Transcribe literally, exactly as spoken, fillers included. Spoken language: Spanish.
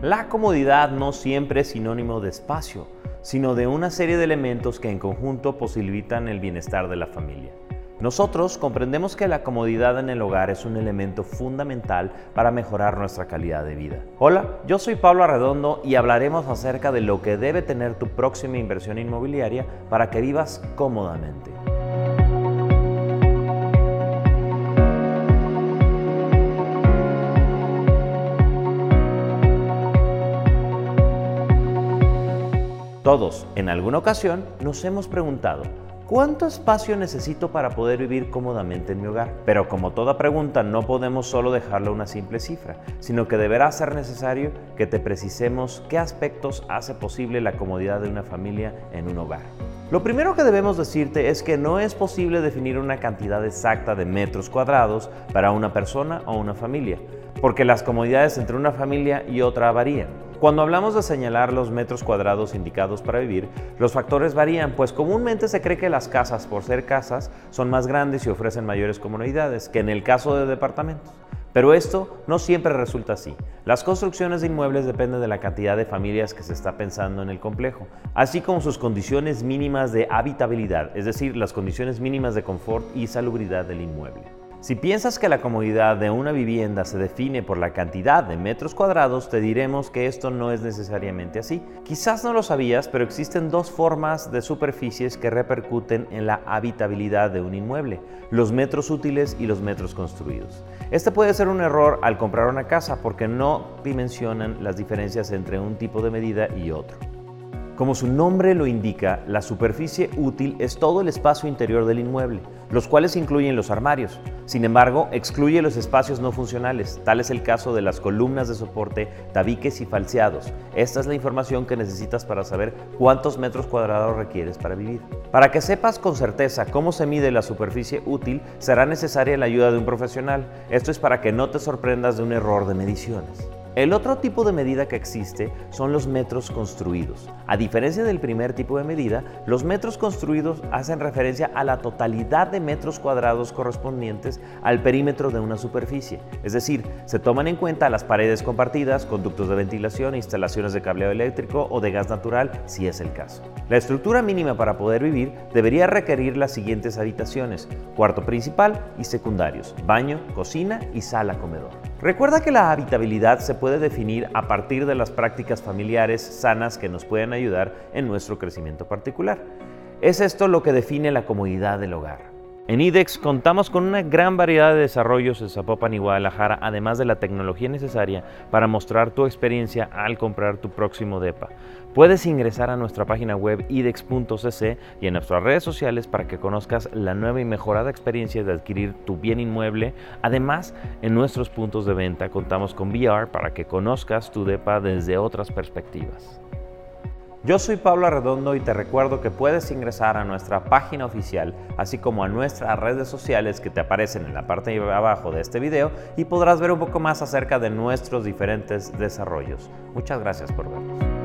La comodidad no siempre es sinónimo de espacio, sino de una serie de elementos que en conjunto posibilitan el bienestar de la familia. Nosotros comprendemos que la comodidad en el hogar es un elemento fundamental para mejorar nuestra calidad de vida. Hola, yo soy Pablo Arredondo y hablaremos acerca de lo que debe tener tu próxima inversión inmobiliaria para que vivas cómodamente. Todos, en alguna ocasión, nos hemos preguntado, ¿cuánto espacio necesito para poder vivir cómodamente en mi hogar? Pero como toda pregunta, no podemos solo dejarla a una simple cifra, sino que deberá ser necesario que te precisemos qué aspectos hace posible la comodidad de una familia en un hogar. Lo primero que debemos decirte es que no es posible definir una cantidad exacta de metros cuadrados para una persona o una familia, porque las comodidades entre una familia y otra varían. Cuando hablamos de señalar los metros cuadrados indicados para vivir, los factores varían, pues comúnmente se cree que las casas, por ser casas, son más grandes y ofrecen mayores comodidades que en el caso de departamentos. Pero esto no siempre resulta así. Las construcciones de inmuebles dependen de la cantidad de familias que se está pensando en el complejo, así como sus condiciones mínimas de habitabilidad, es decir, las condiciones mínimas de confort y salubridad del inmueble. Si piensas que la comodidad de una vivienda se define por la cantidad de metros cuadrados, te diremos que esto no es necesariamente así. Quizás no lo sabías, pero existen dos formas de superficies que repercuten en la habitabilidad de un inmueble: los metros útiles y los metros construidos. Este puede ser un error al comprar una casa porque no dimensionan las diferencias entre un tipo de medida y otro. Como su nombre lo indica, la superficie útil es todo el espacio interior del inmueble, los cuales incluyen los armarios. Sin embargo, excluye los espacios no funcionales, tal es el caso de las columnas de soporte, tabiques y falseados. Esta es la información que necesitas para saber cuántos metros cuadrados requieres para vivir. Para que sepas con certeza cómo se mide la superficie útil, será necesaria la ayuda de un profesional. Esto es para que no te sorprendas de un error de mediciones. El otro tipo de medida que existe son los metros construidos. A diferencia del primer tipo de medida, los metros construidos hacen referencia a la totalidad de metros cuadrados correspondientes al perímetro de una superficie. Es decir, se toman en cuenta las paredes compartidas, conductos de ventilación, instalaciones de cableado eléctrico o de gas natural, si es el caso. La estructura mínima para poder vivir debería requerir las siguientes habitaciones: cuarto principal y secundarios, baño, cocina y sala-comedor. Recuerda que la habitabilidad se puede definir a partir de las prácticas familiares sanas que nos pueden ayudar en nuestro crecimiento particular. Es esto lo que define la comodidad del hogar. En IDEX contamos con una gran variedad de desarrollos en Zapopan y Guadalajara, además de la tecnología necesaria para mostrar tu experiencia al comprar tu próximo depa. Puedes ingresar a nuestra página web idex punto c c y en nuestras redes sociales para que conozcas la nueva y mejorada experiencia de adquirir tu bien inmueble. Además, en nuestros puntos de venta contamos con V R para que conozcas tu depa desde otras perspectivas. Yo soy Pablo Arredondo y te recuerdo que puedes ingresar a nuestra página oficial, así como a nuestras redes sociales que te aparecen en la parte de abajo de este video, y podrás ver un poco más acerca de nuestros diferentes desarrollos. Muchas gracias por vernos.